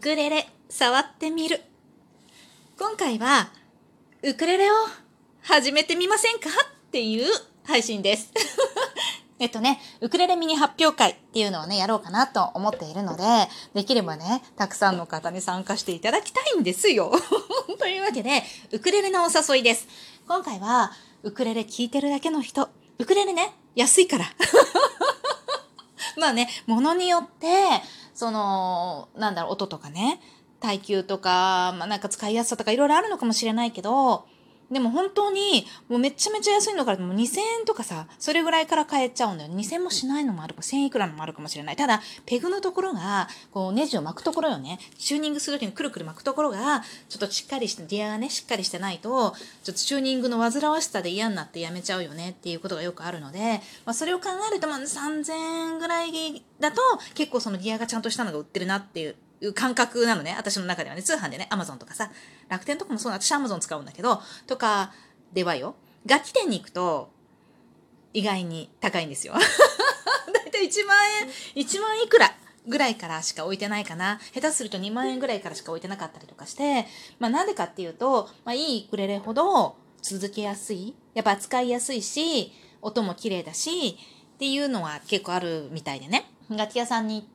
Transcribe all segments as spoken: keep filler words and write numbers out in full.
クレレ触ってみる。今回はウクレレを始めてみませんかっていう配信です。えっとね、ウクレレミニ発表会っていうのをね、やろうかなと思っているので、できればね、たくさんの方に参加していただきたいんですよ。というわけで、ウクレレのお誘いです。今回は、ウクレレ聴いてるだけの人、ウクレレね、安いから。まあね、ものによって、その、なんだろう、音とかね、耐久とか、まあなんか使いやすさとかいろいろあるのかもしれないけど、でも本当に、もうめちゃめちゃ安いのから、もうにせんえんとかさ、それぐらいから買えちゃうんだよ。にせんえんもしないのもあるか、せんいくらのもあるかもしれない。ただ、ペグのところが、こうネジを巻くところよね。チューニングするときにくるくる巻くところが、ちょっとしっかりして、ギアがね、しっかりしてないと、ちょっとチューニングの煩わしさで嫌になってやめちゃうよねっていうことがよくあるので、まあそれを考えると、まあさんぜんえんぐらいだと、結構そのギアがちゃんとしたのが売ってるなっていう、いう感覚なのね。私の中ではね、通販でね、アマゾンとかさ、楽天とかもそうな、私アマゾン使うんだけど、とかではよ、楽器店に行くと、意外に高いんですよ。だいたいいちまんえん、いちまんいくらぐらいからしか置いてないかな。下手するとにまんえんぐらいからしか置いてなかったりとかして、まあなんでかっていうと、まあいいウクレレほど続けやすい。やっぱ扱いやすいし、音も綺麗だし、っていうのは結構あるみたいでね。楽器屋さんに行って、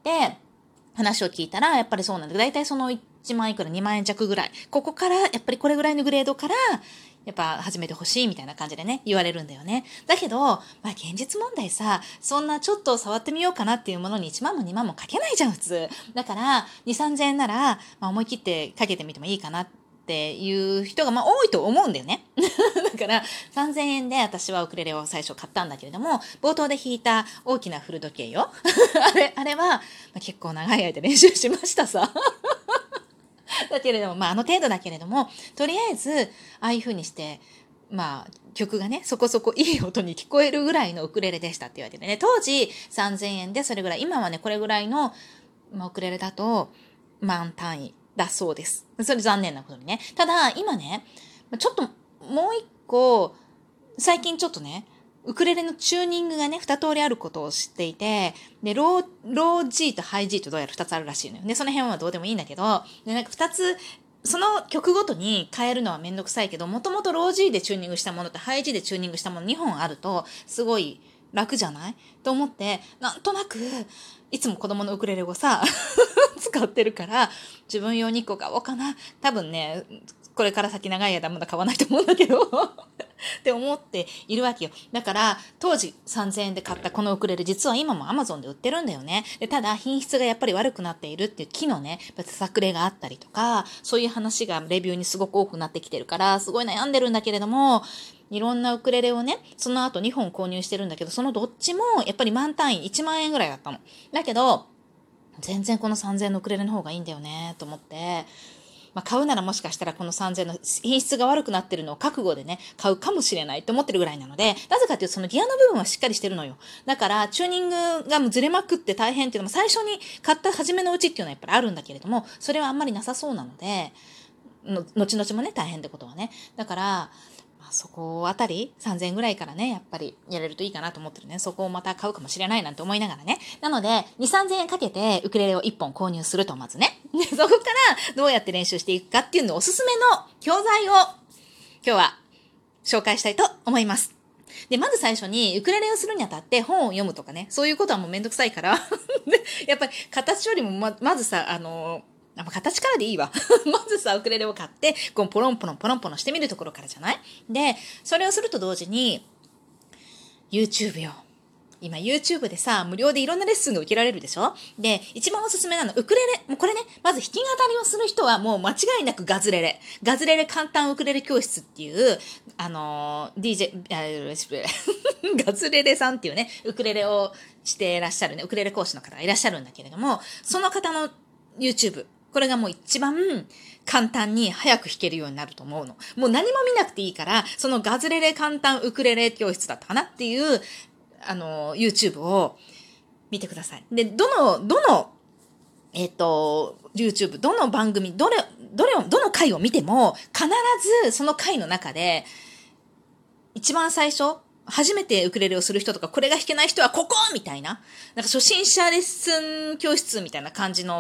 話を聞いたら、やっぱりそうなんだ。だいたいそのいちまんいくらにまんえん弱ぐらい。ここから、やっぱりこれぐらいのグレードから、やっぱ始めてほしいみたいな感じでね、言われるんだよね。だけど、まあ現実問題さ、そんなちょっと触ってみようかなっていうものにいちまんもにまんもかけないじゃん、普通。だから、に、さんぜんえんなら、まあ思い切ってかけてみてもいいかなっていう人がまあ多いと思うんだよね。だから、さんぜんえんで私はウクレレを最初買ったんだけれども、冒頭で弾いた大きな古時計よ。あれ、あれは、まあ、結構長い間練習しましたさ。だけれども、まあ、あの程度だけれども、とりあえず、ああいう風にして、まあ、曲がね、そこそこいい音に聞こえるぐらいのウクレレでしたって言われてね、当時さんぜんえんでそれぐらい、今はね、これぐらいの、まあ、ウクレレだと、万単位だそうです。それ残念なことにね。ただ、今ね、ちょっと、もう一個、最近ちょっとね、ウクレレのチューニングがね、二通りあることを知っていて、で、ロー、ロー G とハイ G とどうやら二つあるらしいのよ。で、その辺はどうでもいいんだけど、で、なんか二つ、その曲ごとに変えるのはめんどくさいけど、もともとロー G でチューニングしたものとハイ G でチューニングしたものにほんあると、すごい楽じゃないと思って、なんとなく、いつも子供のウクレレをさ、使ってるから、自分用にいっこ買おうかな。多分ね、これから先長い間まだ買わないと思うんだけどって思っているわけよ。だから、当時さんぜんえんで買ったこのウクレレ、実は今も Amazon で売ってるんだよね。で、ただ品質がやっぱり悪くなっているっていう木のね、さくれがあったりとか、そういう話がレビューにすごく多くなってきてるから、すごい悩んでるんだけれども、いろんなウクレレをね、その後にほん購入してるんだけど、そのどっちもやっぱり満単位いちまんえんぐらいだったの。だけど、全然このさんぜんえんのウクレレの方がいいんだよね、と思って、まあ、買うならもしかしたらこのさんぜんえんの品質が悪くなってるのを覚悟でね、買うかもしれないって思ってるぐらいなので、なぜかというとそのギアの部分はしっかりしてるのよ。だから、チューニングがもうずれまくって大変っていうのも最初に買った初めのうちっていうのはやっぱりあるんだけれども、それはあんまりなさそうなので、の後々もね、大変ってことはね。だから、まあ、そこあたりさんぜんえんぐらいからね、やっぱりやれるといいかなと思ってるね。そこをまた買うかもしれないなんて思いながらね。なので、に、さんぜんえんかけてウクレレをいっぽん購入するとまずね。で、そこからどうやって練習していくかっていうのをおすすめの教材を今日は紹介したいと思います。で、まず最初にウクレレをするにあたって本を読むとかね、そういうことはもうめんどくさいから、やっぱり形よりもま、まずさ、あの、あ形からでいいわ。まずさ、ウクレレを買って、こうポロンポロンポロンポロンしてみるところからじゃない？で、それをすると同時に、YouTube よ。今 YouTube でさ、無料でいろんなレッスンが受けられるでしょ？で、一番おすすめなの、ウクレレ。もうこれね、まず弾き語りをする人はもう間違いなくガズレレ。ガズレレ簡単ウクレレ教室っていう、あのー、ディージェー、ガズレレさんっていうね、ウクレレをしていらっしゃるね、ウクレレ講師の方がいらっしゃるんだけれども、その方の YouTube、これがもう一番簡単に早く弾けるようになると思うの。もう何も見なくていいから、そのガズレレ簡単ウクレレ教室だったかなっていう、あの、YouTube を見てください。で、どの、どの、えっと、YouTube、どの番組、どれ、どれを、どの回を見ても、必ずその回の中で、一番最初、初めてウクレレをする人とか、これが弾けない人はここみたいな。なんか初心者レッスン教室みたいな感じの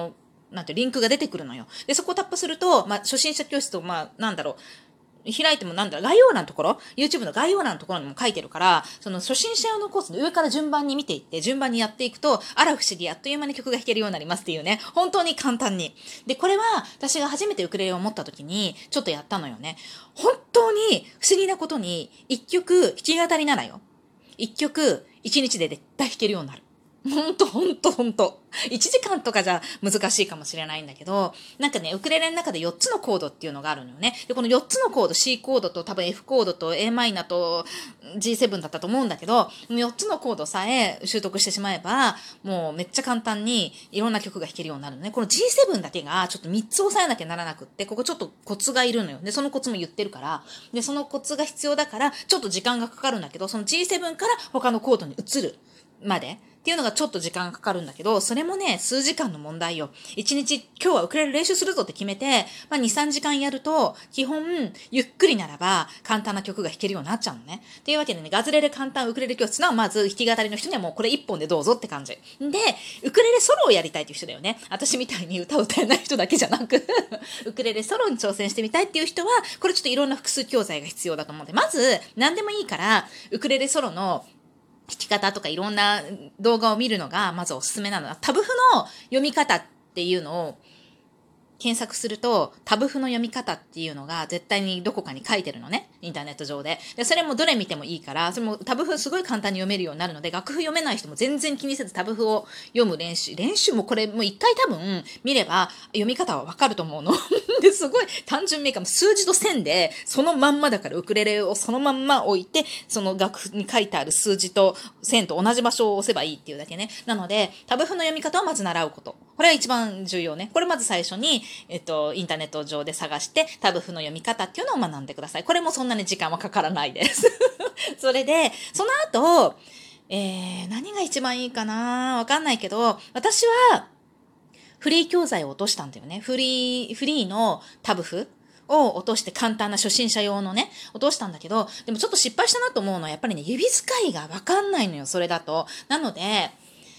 なんてリンクが出てくるのよ。で、そこをタップすると、まあ、初心者教室と、まあ、なんだろう、開いてもなんだろう、概要欄のところ、YouTube の概要欄のところにも書いてるから、その初心者用のコースで上から順番に見ていって、順番にやっていくと、あら不思議、あっという間に曲が弾けるようになりますっていうね。本当に簡単に。で、これは私が初めてウクレレを持った時に、ちょっとやったのよね。本当に不思議なことに、一曲弾き語りならよ。一曲、一日で絶対弾けるようになる。ほんとほんとほんと。いちじかんとかじゃ難しいかもしれないんだけど、なんかね、ウクレレの中でよっつのコードっていうのがあるのよね。で、このよっつのコード、C コードと多分 F コードと A マイナーと ジーセブン だったと思うんだけど、よっつのコードさえ習得してしまえば、もうめっちゃ簡単にいろんな曲が弾けるようになるのね。この ジーセブン だけがちょっとみっつ押さえなきゃならなくって、ここちょっとコツがいるのよ。で、そのコツも言ってるから、で、そのコツが必要だから、ちょっと時間がかかるんだけど、その ジーセブン から他のコードに移るまで。っていうのがちょっと時間かかるんだけど、それもね、数時間の問題よ。一日、今日はウクレレ練習するぞって決めて、まあに、さんじかんやると、基本、ゆっくりならば、簡単な曲が弾けるようになっちゃうのね。っていうわけでね、ガズレレ簡単ウクレレ教室の、まず弾き語りの人にはもうこれ一本でどうぞって感じ。で、ウクレレソロをやりたいっていう人だよね。私みたいに歌を歌えない人だけじゃなく、ウクレレソロに挑戦してみたいっていう人は、これちょっといろんな複数教材が必要だと思うんで、まず、何でもいいから、ウクレレソロの弾き方とかいろんな動画を見るのがまずおすすめなのは、タブ譜の読み方っていうのを検索すると、タブ譜の読み方っていうのが絶対にどこかに書いてるのね。インターネット上で。で、それもどれ見てもいいから、それもタブ譜すごい簡単に読めるようになるので、楽譜読めない人も全然気にせずタブ譜を読む練習。練習もこれもう一回多分見れば読み方はわかると思うの。で、すごい単純明快。数字と線で、そのまんまだからウクレレをそのまんま置いて、その楽譜に書いてある数字と線と同じ場所を押せばいいっていうだけね。なので、タブ譜の読み方をまず習うこと。これは一番重要ね。これまず最初に、えっと、インターネット上で探して、タブ譜の読み方っていうのを学んでください。これもそんなに時間はかからないです。それで、その後、えー、何が一番いいかなわかんないけど、私は、フリー教材を落としたんだよね。フリー、フリーのタブ譜を落として簡単な初心者用のね、落としたんだけど、でもちょっと失敗したなと思うのは、やっぱりね、指使いがわかんないのよ、それだと。なので、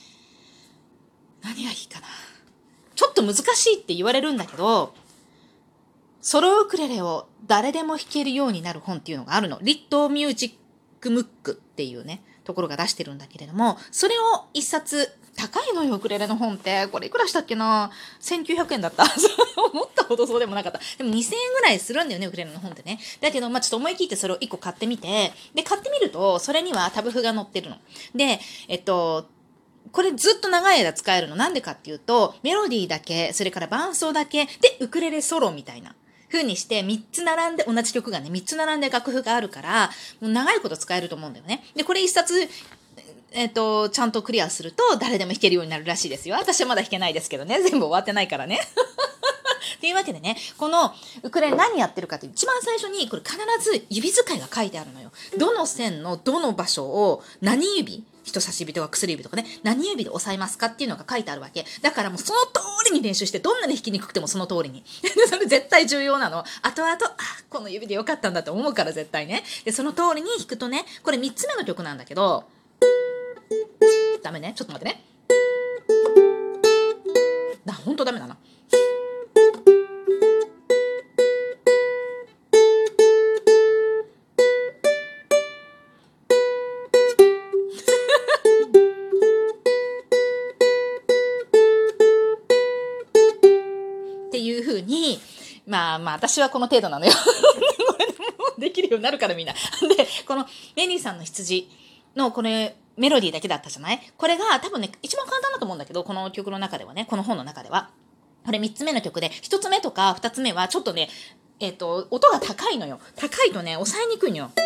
何がいいかな。ちょっと難しいって言われるんだけど、ソロウクレレを誰でも弾けるようになる本っていうのがあるの。リットミュージックムックっていうね、ところが出してるんだけれども、それを一冊、高いのよ、ウクレレの本って。これいくらしたっけな ?せんきゅうひゃくえんだった。思ったほどそうでもなかった。でもにせんえんぐらいするんだよね、ウクレレの本ってね。だけど、まあちょっと思い切ってそれをいっこ買ってみて、で、買ってみると、それにはタブ譜が載ってるの。で、えっと、これずっと長い間使えるの。なんでかっていうと、メロディーだけ、それから伴奏だけ、で、ウクレレソロみたいな風にして、みっつ並んで、同じ曲がね、みっつ並んで楽譜があるから、もう長いこと使えると思うんだよね。で、これ一冊、えっと、ちゃんとクリアすると、誰でも弾けるようになるらしいですよ。私はまだ弾けないですけどね。全部終わってないからね。っていうわけでね、このウクレレ何やってるかって一番最初にこれ必ず指使いが書いてあるのよ。どの線のどの場所を何指人差し指とか薬指とかね、何指で押さえますかっていうのが書いてあるわけ。だからもうその通りに練習して、どんなに弾きにくくてもその通りに。それ絶対重要なの。後々、あ、この指でよかったんだって思うから絶対ね。で、その通りに弾くとね、これみっつめの曲なんだけど、ダメね。ちょっと待ってね。だ、ほんとダメだな。っていう風に、まあまあ私はこの程度なのよ。これでもできるようになるからみんな。で、このメニーさんの羊のこれメロディーだけだったじゃない？これが多分ね、一番簡単だと思うんだけど、この曲の中ではね、この本の中では。これみっつめの曲で、ひとつめとかふたつめはちょっとね、えっと、音が高いのよ。高いとね、抑えにくいのよ。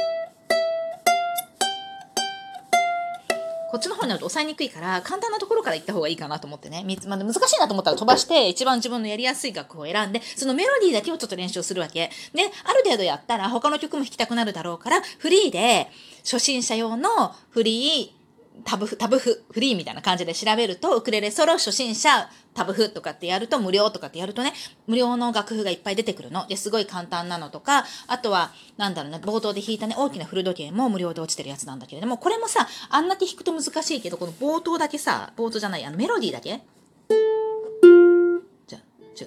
こっちの方になると抑えにくいから、簡単なところから行った方がいいかなと思ってね。まあ、難しいなと思ったら飛ばして、一番自分のやりやすい楽譜を選んで、そのメロディーだけをちょっと練習するわけ。で、ある程度やったら他の曲も弾きたくなるだろうから、フリーで、初心者用のフリー、タブフ、タブフ、フリーみたいな感じで調べると、ウクレレソロ初心者、タブフとかってやると、無料とかってやるとね、無料の楽譜がいっぱい出てくるの。で、すごい簡単なのとか、あとは、なんだろうね、冒頭で弾いたね、大きな古時計も無料で落ちてるやつなんだけれども、これもさ、あんだけ弾くと難しいけど、この冒頭だけさ、冒頭じゃない、あのメロディーだけじゃ、 違う。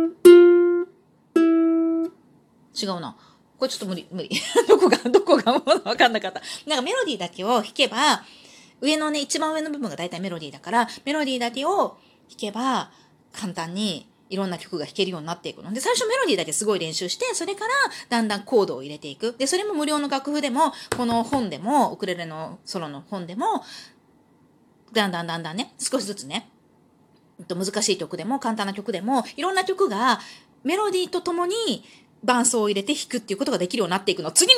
違うな。これちょっと無理、無理。どこが、どこがもうわかんなかった。なんかメロディーだけを弾けば、上のね、一番上の部分がだいたいメロディーだから、メロディーだけを弾けば、簡単にいろんな曲が弾けるようになっていくので、最初メロディーだけすごい練習して、それからだんだんコードを入れていく。で、それも無料の楽譜でも、この本でも、ウクレレのソロの本でも、だんだんだんだんね、少しずつね、難しい曲でも簡単な曲でも、いろんな曲がメロディーとともに伴奏を入れて弾くっていうことができるようになっていくの。次